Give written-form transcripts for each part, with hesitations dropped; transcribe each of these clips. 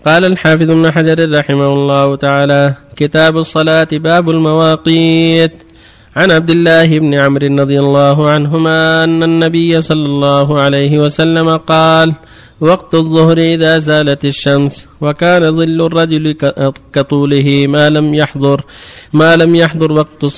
قال الحافظ ابن حجر رحمه الله تعالى: كتاب الصلاة، باب المواقيت. عن عبد الله بن عمرو رضي الله عنهما أن النبي صلى الله عليه وسلم قال: وقت الظهر إذا زالت الشمس، وكان ظل الرجل كطوله ما لم يحضر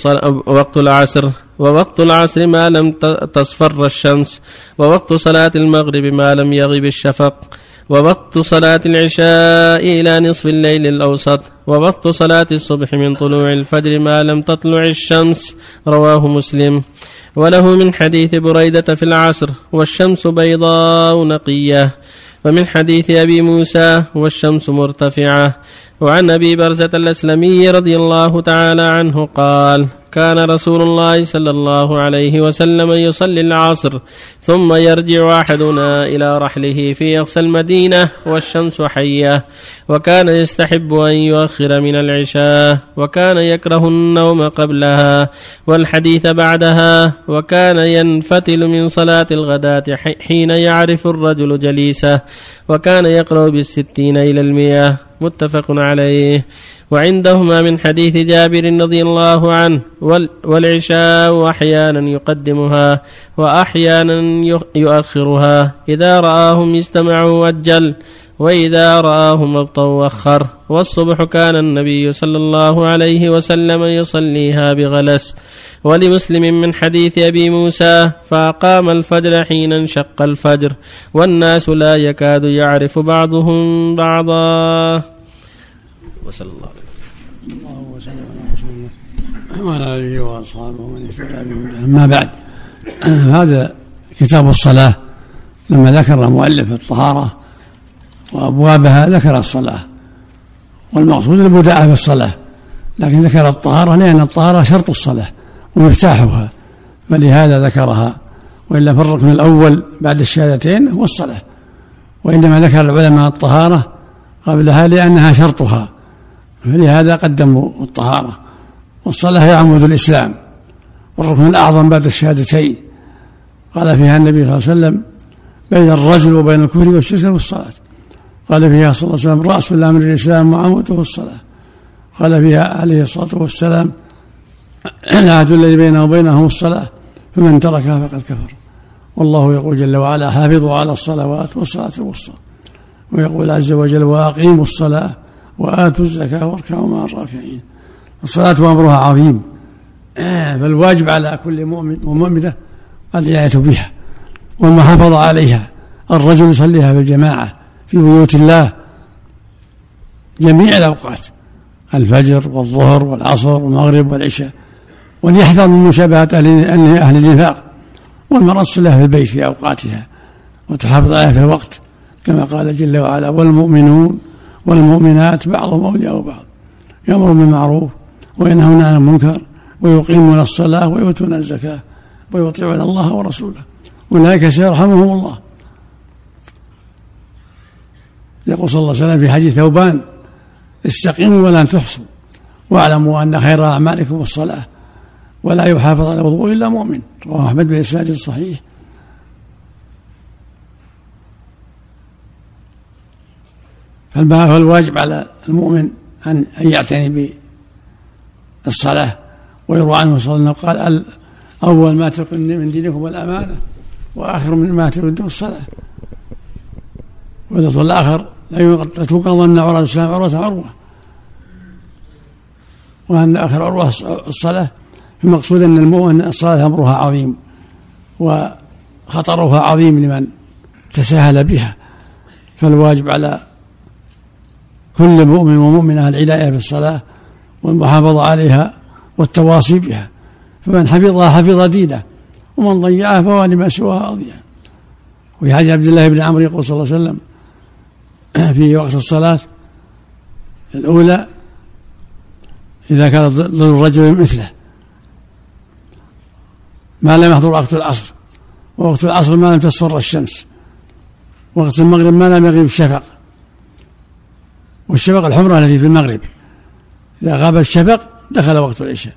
وقت العصر، ووقت العصر ما لم تصفر الشمس، ووقت صلاة المغرب ما لم يغب الشفق، ووقت صلاة العشاء إلى نصف الليل الأوسط، ووقت صلاة الصبح من طلوع الفجر ما لم تطلع الشمس. رواه مسلم. وله من حديث بريدة في العصر: والشمس بيضاء نقية. ومن حديث أبي موسى: والشمس مرتفعة. وعن أبي برزة الأسلمي رضي الله تعالى عنه قال: كان رسول الله صلى الله عليه وسلم يصلي العصر ثم يرجع أحدنا إلى رحله في أقصى المدينة والشمس حية، وكان يستحب أن يؤخر من العشاء، وكان يكره النوم قبلها والحديث بعدها، وكان ينفتل من صلاة الغداة حين يعرف الرجل جليسه، وكان يقرأ بالستين إلى 100. متفق عليه. وعندهما من حديث جابر رضي الله عنه: والعشاء أحيانا يقدمها وأحيانا يؤخرها، إذا رآهم استمعوا أجل، وإذا رآهم أبطأوا وأخر. والصبح كان النبي صلى الله عليه وسلم يصليها بغلس. ولمسلم من حديث أبي موسى: فأقام الفجر حين انشق الفجر، والناس لا يكاد يعرف بعضهم بعضا. وصلى الله وسلم على رسول الله وعلى آله وأصحابه ومن اهتدى بهداه. أما بعد، هذا كتاب الصلاة. لما ذكر المؤلف الطهارة وأبوابها ذكر الصلاة، والمقصود البداءة بالصلاة، لكن ذكر الطهارة لأن الطهارة شرط الصلاة ومفتاحها، فلهذا ذكرها. وإلا في الركن الأول بعد الشهادتين هو الصلاة، وإنما ذكر العلماء الطهارة قبلها لأنها شرطها، فلهذا قدموا الطهارة. والصلاة هي عمود الإسلام والركن الأعظم بعد الشهادتين. قال فيها النبي صلى الله عليه وسلم: بين الرجل وبين الكفر والشرك والصلاة. قال فيها صلى الله عليه وسلم: رأس الأمر الإسلام وعموده الصلاة. قال فيها عليه الصلاة والسلام: العهد الذي بينه وبينهم الصلاة، فمن تركها فقد كفر. والله يقول جل وعلا: حافظوا على الصلوات والصلاة الوسطى. ويقول عز وجل: وأقيموا الصلاة وآتوا الزكاة واركعوا مع الراكعين. الصلاة أمرها عظيم، فالواجب على كل مؤمن ومؤمنة العناية بها والمحافظة عليها. الرجل يصليها في الجماعة في بيوت الله جميع الأوقات، الفجر والظهر والعصر والمغرب والعشاء، وليحذر من مشابهة أهل النفاق. والمرأة تصليها في البيت في أوقاتها وتحافظ عليها في الوقت، كما قال جل وعلا: والمؤمنون والمؤمنات بعضهم أولياء بعض، يأمرون بالمعروف وينهون عن المنكر ويقيمون الصلاة ويؤتون الزكاة ويطيعون الله ورسوله، أولئك سيرحمهم الله. يقول صلى الله عليه وسلم في حديث ثوبان: استقيموا ولا تحصوا، واعلموا أن خير أعمالكم الصلاة، ولا يحافظ على الوضوء إلا مؤمن. رواه أحمد بإسناد صحيح. فالواجب على المؤمن أن يعتني بالصلاة. ويروى عنه صلى الله عليه وسلم قال: أول ما تكون من دينكم الأمانة، وآخر من ما ترده الصلاة. واللفظ الآخر: لا توقظن عروة الإسلام عروة، وأن آخر عروة الصلاة. المقصود أن المؤمن الصلاة أمرها عظيم وخطرها عظيم لمن تساهل بها، فالواجب على كل مؤمن ومؤمنة العناية بالصلاة والمحافظة عليها والتواصي بها، فمن حفظها حفظ دينه، ومن ضيعها فهو لما سواها أضيع. وفي حديث عبد الله بن عمرو يقول صلى الله عليه وسلم في وقت الصلاة الأولى: إذا كان ظل الرجل مثله ما لم يحضر وقت العصر، ووقت العصر ما لم تصفر الشمس، وقت المغرب ما لم يغيب الشفق. والشفق الحمراء التي في المغرب، إذا غاب الشفق دخل وقت العشاء.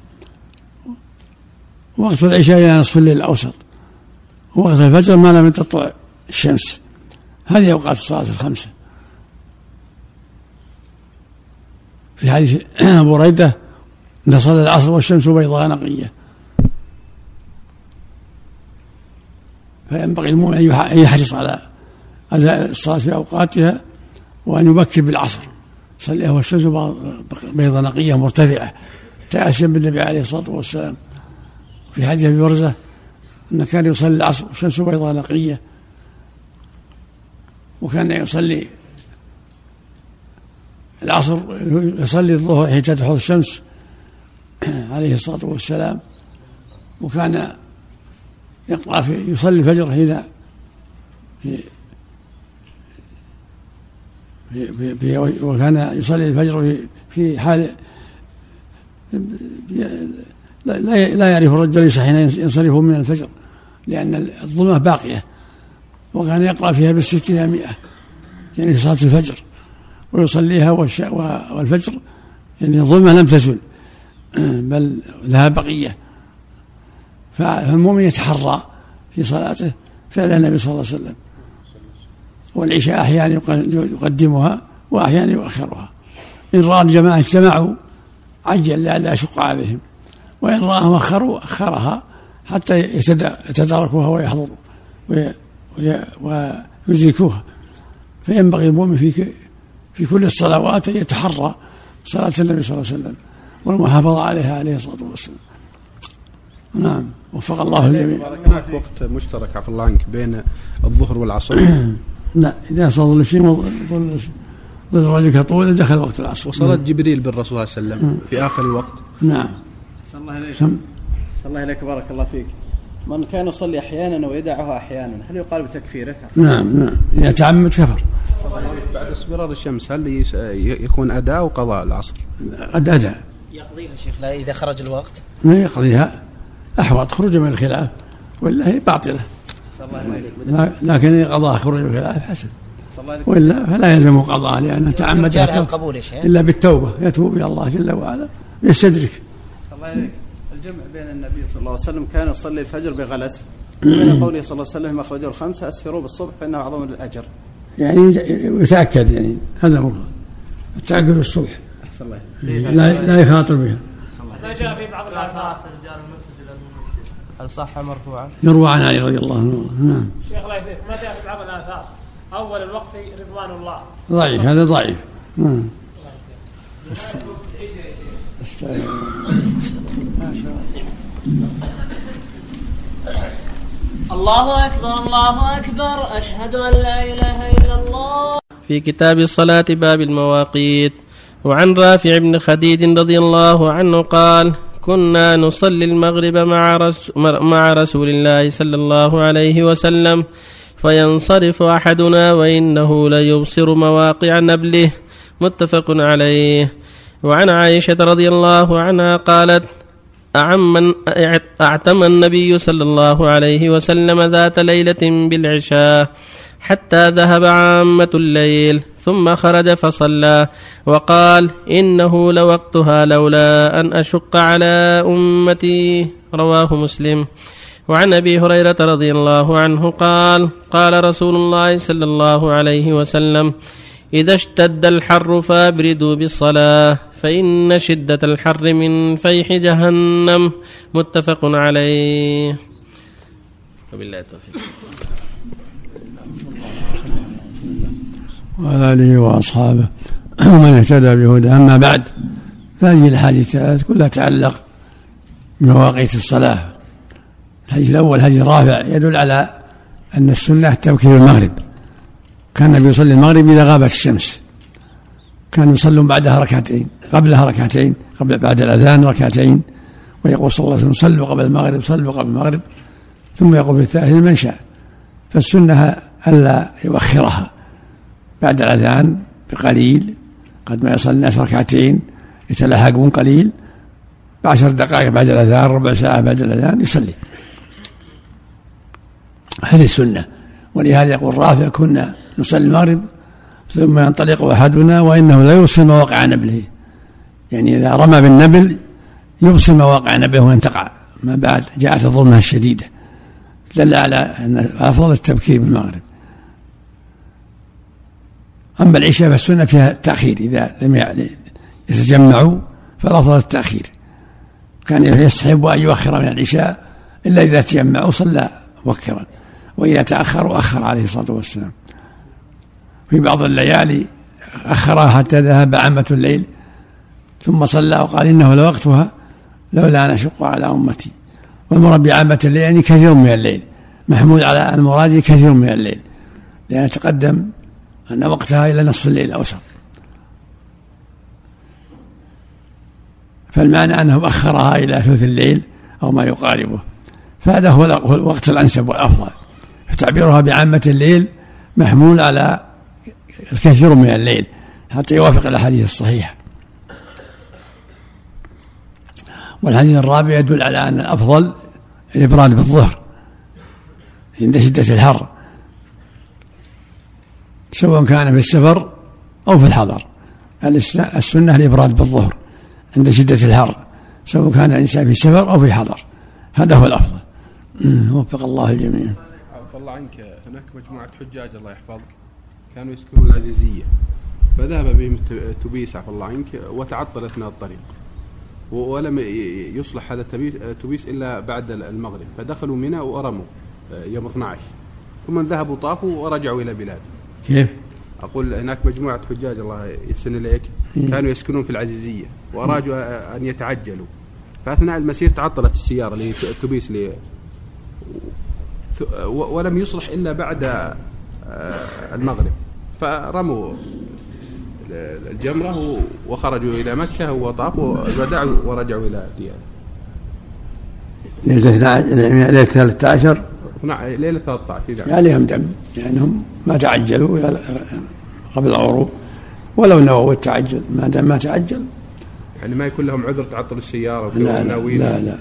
وقت العشاء إلى نصف الليل الأوسط، ووقت الفجر ما لم تطلع الشمس. هذه أوقات الصلاة الخمسة. في حديث بريدة أن صلى العصر والشمس بيضاء نقية. فينبغي المؤمن أن يحرص على أداء الصلاة في أوقاتها، وأن يبكر بالعصر صليها والشمس بيضاء نقية مرتفعة تأسيا بالنبي عليه الصلاة والسلام. في حديث أبي برزة أن كان يصلي العصر والشمس بيضاء نقية، وكان يصلي العصر يصلي الظهر حين تدحض الشمس عليه الصلاة والسلام، وكان يقرأ يصلي الفجر حين وكان يصلي الفجر في حال لا يعرف الرجل ليس حين ينصرف من الفجر، لأن الظلمة باقية، وكان يقرأ فيها بالستين 100 يعني في صلاة الفجر، ويصليها والفجر يعني الظلمة لم تزل بل لها بقية. فالمؤمن يتحرى في صلاته فعل النبي صلى الله عليه وسلم، والعشاء أحيانا يقدمها وأحيانا يؤخرها. إن رأى الجماعة اجتمعوا عجل لا يشق عليهم، وإن رأهم أخرها حتى يتداركوها ويحضروا ويدركوها. فينبغي المؤمن في كل الصلوات أن يتحرى صلاة النبي صلى الله عليه وسلم والمحافظة عليها عليه الصلاة والسلام. نعم، وفق الله الجميع. هناك وقت مشترك عفوا الله عنك بين الظهر والعصر؟ لا، إذا صار الشيء ظل الرجل كطول دخل وقت العصر. وصلاة جبريل بالرسول صلى الله عليه وسلم في آخر الوقت. نعم. صلى الله عليك بارك الله فيك. من كان يصلي أحيانا ويدعها أحيانا هل يقال بتكفيره؟ نعم، إذا تعمد كفر. بعد اصفرار الشمس هل يكون أداء أو قضاء العصر؟ أداء. يقضيها شيخ لا إذا خرج الوقت؟ ما يقضيها، أحوط خروج من الخلاف، ولا هي باطلة. لكن قضاء خروج من الخلاف حسن، وإلا فلا يلزم قضاء، لأنه تعمد إلا بالتوبة، يتوب إلى الله جل وعلا يستدرك. الجمع بين النبي صلى الله عليه وسلم كان يصلي الفجر بغلس، وبين قوله صلى الله عليه وسلم أخرجه الخمسة أسفروا بالصبح فإنه أعظم الأجر، يعني يتأكد، يعني هذا مرة التأكد بالصبح لا يخاطر بها. هذا جاء في بعض الآثار رجال المسجد إلى المسجد، هل صح مرفوعا؟ يروى عن علي رضي الله عنه. نعم. شيخ الله يثيب، ما جاء في بعض الآثار أول الوقت رضوان الله؟ ضعيف، هذا ضعيف. نعم. الله أكبر الله أكبر، أشهد أن لا إله إلا الله. في كتاب الصلاة باب المواقيت. وعن رافع بن خديج رضي الله عنه قال: كنا نصلي المغرب مع رسول الله صلى الله عليه وسلم، فينصرف أحدنا وإنه ليبصر مواقع نبله. متفق عليه. وعن عائشة رضي الله عنها قالت: أعتم النبي صلى الله عليه وسلم ذات ليلة بالعشاء حتى ذهب عامة الليل، ثم خرج فصلى وقال: إنه لوقتها لولا أن أشق على أمتي. رواه مسلم. وعن أبي هريرة رضي الله عنه قال: قال رسول الله صلى الله عليه وسلم: إذا اشتد الحر فابردوا بالصلاة فإن شدة الحر من فيح جهنم. متفق عليه. وبالله التوفيق. وعلى آله وأصحابه ومن اهتدى بهداه. أما بعد، هذه الحديث الثلاث كلها تعلق بمواقيت الصلاة. الحديث الأول حديث رافع يدل على أن السنة تبكير المغرب. كان النبي يصلي المغرب إذا غابت الشمس، كان يصلون بعدها ركعتين، قبلها ركعتين، بعد الأذان ركعتين، ويقول صلى الله عليه وسلم: صلوا قبل المغرب، صلوا قبل المغرب، ثم يقول في الثالث من شاء. فالسنة ألا يؤخرها بعد الأذان بقليل، قد ما يصلي الناس ركعتين يتلهقون قليل، ب10 دقائق بعد الأذان، ربع ساعة بعد الأذان يصلي. هذه السنة. ولهذا يقول رافع: كنا نصلي المغرب ثم ينطلق أحدنا وإنه لا يبصر مواقع نبله، يعني إذا رمى بالنبل يبصر مواقع نبله وين تقع. ما بعد جاءت الظلمة الشديدة، دل على أن أفضل التبكير بالمغرب. أما العشاء فالسنة فيها التأخير إذا لم يتجمعوا فالأفضل التأخير. كان يستحب أن يؤخر من العشاء إلا إذا تجمعوا صلى مبكرا، وإذا تأخروا أخر عليه الصلاة والسلام. في بعض الليالي أخرها حتى ذهب عامة الليل ثم صلى وقال إنه لوقتها لولا أن أشق على أمتي. والمراد بعامة الليل يعني كثير من الليل، محمول على المراد كثير من الليل، لأن تقدم أن وقتها إلى نصف الليل الأوسط، فالمعنى أنه أخرها إلى ثلث الليل أو ما يقاربه، فهذا هو الوقت الأنسب والأفضل. فتعبيرها بعامة الليل محمول على الكثير من الليل حتى يوافق الأحاديث الصحيحة. والحديث الرابع يدل على أن الأفضل الإبراد بالظهر عند شدة الحر، سواء كان في السفر أو في الحضر. السنة الإبراد بالظهر عند شدة الحر، سواء كان الإنسان في سفر أو في حضر، هذا هو الأفضل. وفق الله الجميع. عفى الله عنك، هناك مجموعة حجاج الله يحفظك كانوا يسكنون العزيزية، فذهب بهم التبيس عفى الله عنك وتعطل أثناء الطريق، ولم يصلح هذا التبيس إلا بعد المغرب، فدخلوا منى ورموا يوم 12، ثم ذهبوا طافوا ورجعوا إلى بلادهم. كيف؟ أقول هناك مجموعة حجاج الله يحسن إليك كانوا يسكنون في العزيزية وأرادوا أن يتعجلوا، فأثناء المسير تعطلت السيارة للتبيس ولم يصلح إلا بعد المغرب، فرموا الجمرة وخرجوا إلى مكة وطافوا الوداع ورجعوا إلى ديارهم. ليلة 13 ليلة 13 عليهم دم لأنهم ما تعجلوا قبل الغروب، ولو نووا التعجل ما دام ما تعجل يعني ما يكون لهم عذر تعطل السيارة. لا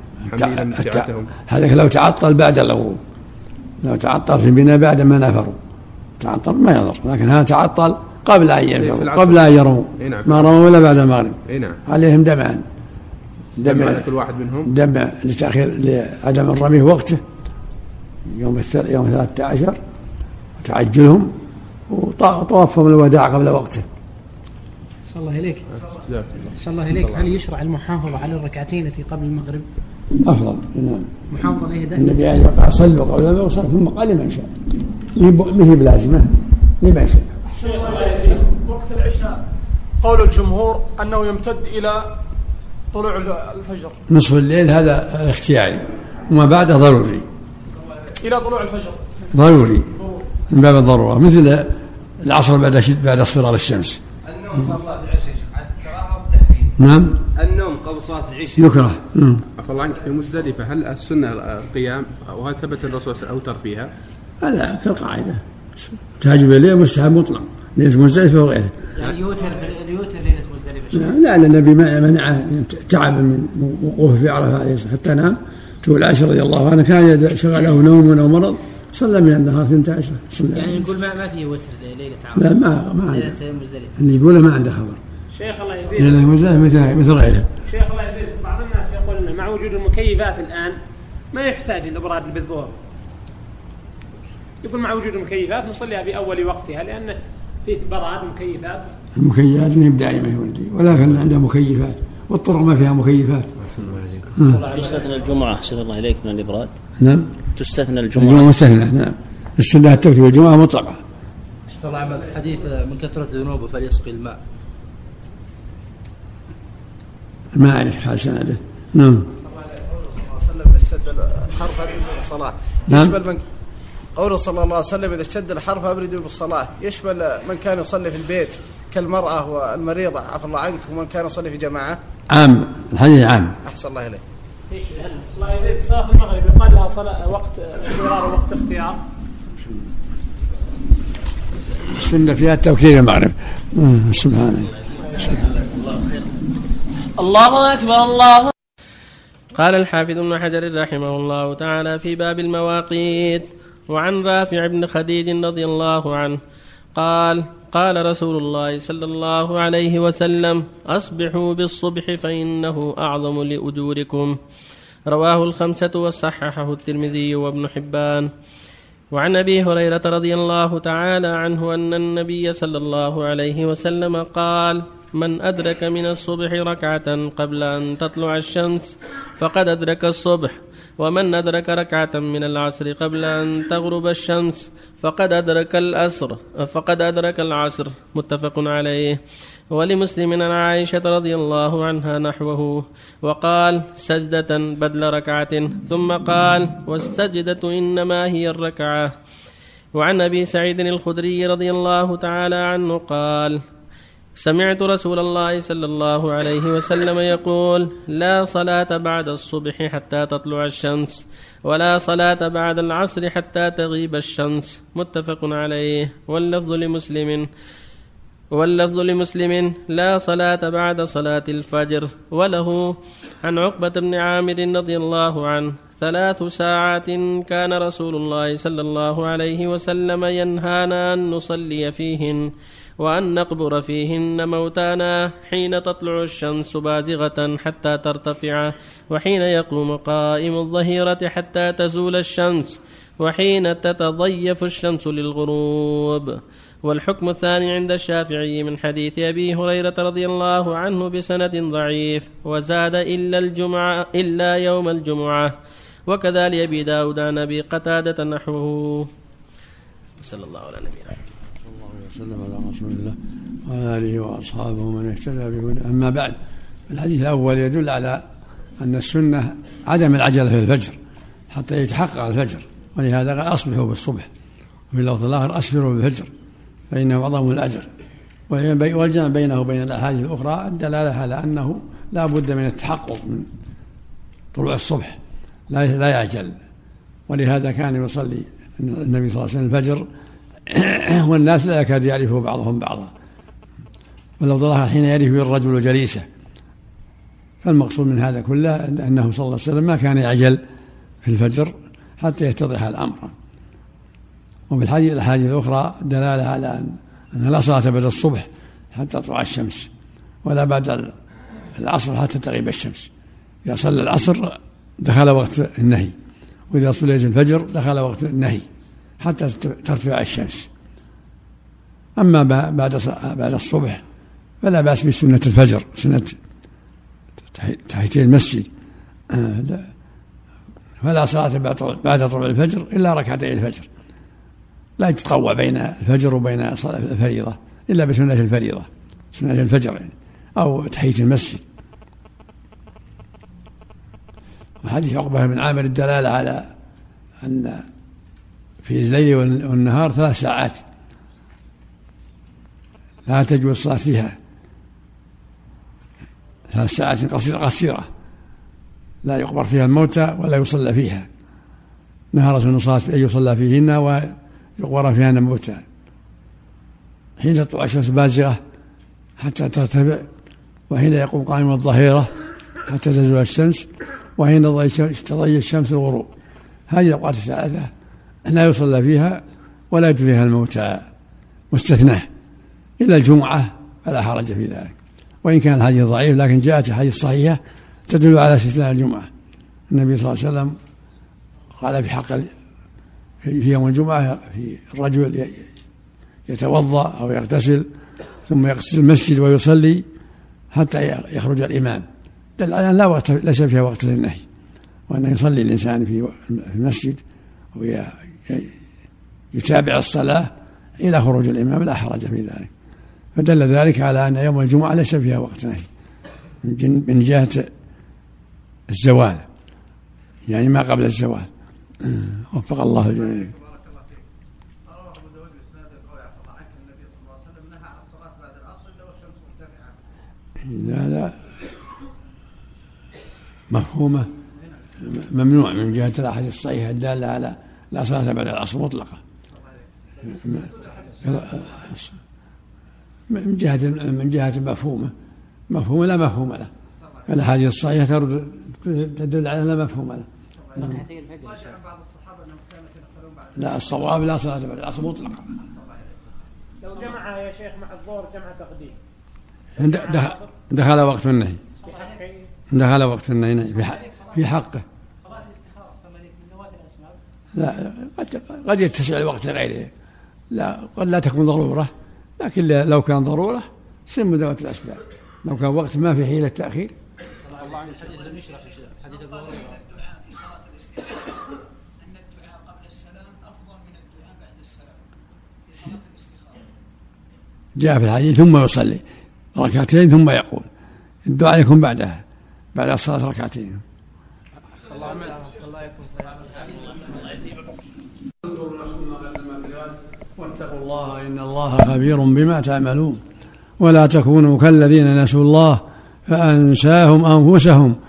هذا لو تعطل بعد الغروب، لو تعطل في بناء بعد ما نفروا تعطل ما يضر، لكن هذا تعطل قبل أن يرموا، قبل أن يرموا ما رموا ولا بعد المغرب. عليهم دمان، دم على كل واحد منهم، دم لتأخير لعدم الرمي وقته يوم 13 وتعجلهم وطوافهم الوداع قبل وقته. صلى الله إليك. صلى الله إليك. هل يشرع المحافظة على الركعتين التي قبل المغرب؟ أفضل. نعم. محافظة عليه دائما. النبي عليه الصلاة والسلام صلوا قبل ما وصل ثم قال لمن شاء، مثل بلازمة لمن شاء. وقت العشاء قول الجمهور أنه يمتد إلى طلوع الفجر، نصف الليل هذا اختياري، وما بعده ضروري إلى طلوع الفجر ضروري من باب الضرورة، مثل العصر بعد اصفرار الشمس. النوم صلاة العشاء عن كراهة والتحريم. نعم. النوم قبل صلاة العشاء يكره. عفى الله عنك في مزدلفة هل السنة القيام وهل ثبت الرسول أوتر فيها؟ لا كالقاعدة تهجد الليل مستحب مطلق، ليلة مزدلفة وغيره. يعني يوتر ليلة مزدلفة. لا النبي منعه تعب من وقوفه في عرفة عليه حتى نام. تقول عائشة رضي الله عنها كان شغله نوم أو مرض صلى من النهار 12. يعني يقول ما فيه وتر ليلة عرفة. لا ما عنده. ليلة مزدلفة. اللي يقوله ما عنده خبر. شيخ الله يبارك. ليلة مزدلفة مثل غيره. شيخ الله يبارك. بعض الناس يقول مع وجود المكيفات الآن ما يحتاج الإبراد بالظهر. يقول مع وجود المكيفات نصليها في أول وقتها لأنه في براد مكيفات. المكيفات ما دائما يا ولدي، ولكن عنده مكيفات والطرق ما فيها مكيفات. تستثنى الجمعة أحسن الله إليك من الإبراد. نعم. تستثنى الجمعة مستثنى. نعم. السنة التوكيد والجمعة مطلقة. أحسن الله عمل حديث من كثرة ذنوبه فليسقي الماء. ما أعرف حال سنده. نعم. صلى الله عليه وسلم اشتد الحرف أبردوا بالصلاة. يشمل من قوله صلى الله عليه وسلم إذا اشتد الحرف أبردوا بالصلاة، يشمل من كان يصلي في البيت كالمرأة والمريضة عفى الله عنك، ومن كان يصلي في جماعة. عام، الحديث عام. أحسن الله إليك. الله يبارك. صلاة المغرب يقال لها صلاة وقت اضطرار وقت اختيار. السنة فيها التوكيد المغرب. سبحانه. الله أكبر الله. قال الحافظ ابن حجر رحمه الله تعالى في باب المواقيت: وعن رافع بن خديج رضي الله عنه قال: قال رسول الله صلى الله عليه وسلم: أصبحوا بالصبح فإنه أعظم لأجوركم. رواه الخمسة وصححه الترمذي وابن حبان. وعن أبي هريرة رضي الله تعالى عنه أن النبي صلى الله عليه وسلم قال: من أدرك من الصبح ركعة قبل أن تطلع الشمس فقد أدرك الصبح، ومن أدرك ركعة من العصر قبل أن تغرب الشمس فقد أدرك العصر. متفق عليه. ولمسلم عن عائشة رضي الله عنها نحوه، وقال: سجدة بدل ركعة، ثم قال: والسجدة إنما هي الركعة. وعن أبي سعيد الخدري رضي الله تعالى عنه قال: سمعت رسول الله صلى الله عليه وسلم يقول: لا صلاة بعد الصبح حتى تطلع الشمس، ولا صلاة بعد العصر حتى تغيب الشمس. متفق عليه. واللفظ لمسلم: لا صلاة بعد صلاة الفجر. وله عن عقبة بن عامر رضي الله عنه: 3 ساعات كان رسول الله صلى الله عليه وسلم ينهانا أن نصلي فيهن وأن نقبر فيهن موتانا، حين تطلع الشمس بازغة حتى ترتفع، وحين يقوم قائم الظهيرة حتى تزول الشمس، وحين تتضيف الشمس للغروب. والحكم الثاني عند الشافعي من حديث أبي هريرة رضي الله عنه بسند ضعيف، وزاد إلا يوم الجمعة. وكذا لأبي داود عن أبي قتادة نحوه. صلى الله على نبينا وسلم على رسول الله وعلى آله وأصحابه من اهتدى بهداه. أما بعد، الحديث الأول يدل على أن السنة عدم العجلة في الفجر حتى يتحقق الفجر، ولهذا قال: أصبحوا بالصبح، وفي اللفظ الآخر: أسفروا بالفجر فإنه أعظم الأجر. والجمع بينه وبين الأحاديث الأخرى الدلالة على أنه لا بد من التحقق من طلوع الصبح، لا يعجل. ولهذا كان يصلي النبي صلى الله عليه وسلم الفجر والناس لا يكاد يعرفه بعضهم بعضا، ولو ظهر حين يعرف الرجل جليسه. فالمقصود من هذا كله أنه صلى الله عليه وسلم ما كان يعجل في الفجر حتى يتضح الأمر. وفي الأحاديث الأخرى دلالة على أن لا صلاة بعد الصبح حتى تطلع الشمس، ولا بعد العصر حتى تغيب الشمس. إذا صلى العصر دخل وقت النهي، وإذا صليت الفجر دخل وقت النهي حتى ترتفع الشمس. أما بعد الصبح فلا بأس بسنة الفجر، سنة تحية المسجد، فلا صلاة بعد طلوع الفجر إلا ركعتي الفجر، لا يتطوع بين الفجر وبين صلاة الفريضة إلا بسنة الفريضة، سنة الفجر يعني، أو تحية المسجد. وحديث عقبة بن عامر الدلالة على أن في الليل والنهار 3 ساعات لا تجوز الصلاة فيها، 3 ساعات قصيرة لا يقبر فيها الموتى ولا يصلى فيها. نهى رسول الله أن يصلى فيهن ويقبر فيهن الموتى، حين تطلع الشمس بازغة حتى ترتفع، وحين يقوم قائم الظهيرة حتى تزول الشمس، وحين تضي الشمس الغروب. هذه الأوقات الثلاثة لا يصلى فيها ولا يدفن فيها الموتى، واستثناه إلا الجمعة فلا حرج في ذلك. وإن كان الحديث ضعيف لكن جاءت الحديث صحيحة تدل على استثناء الجمعة. النبي صلى الله عليه وسلم قال في حق في يوم الجمعة في الرجل يتوضأ أو يغتسل ثم يغسل المسجد ويصلي حتى يخرج الإمام، دل على أن لا وقت ليس فيها وقت للنهي، وأن يصلي الإنسان في المسجد ويتابع الصلاة إلى خروج الإمام لا حرج في ذلك. فدل ذلك على أن يوم الجمعة ليس فيها وقت نهي من جهة الزوال، يعني ما قبل الزوال. وفق الله الجميع. لا مفهومة ممنوع من جهة الأحاديث الصحيحة الدالة على لا صلاة بعد العصر مطلقة، من جهة مفهومة لا مفهوم له. الأحاديث الصحيحة تدل على لا مفهوم له. لا، الصواب لا صلاة بعد العصر مطلقة. لو جمعها يا شيخ مع الظهر جمع تقديم دخل وقت النهي، دخل وقت النهي في حقه. صلاة الاستخارة صلى لك من ذوات الأسباب؟ لا، قد يتسع الوقت لغيره، لا قد لا تكون ضرورة، لكن لو كان ضرورة سن ذوات الأسباب. لو كان وقت ما في حيلة تأخير. الله عن الحديث لم يشرح حديث أبو هريرة الدعاء في صلاة الاستخارة أن الدعاء قبل السلام أفضل من الدعاء بعد السلام في صلاة الاستخارة. جاء في الحديث ثم يصلي ركعتين ثم يقول الدعاء يكون بعدها بعد الصلاة ركعتين. واتقوا الله إن الله خبير بما تعملون ولا تكونوا كالذين نسوا الله فأنساهم أنفسهم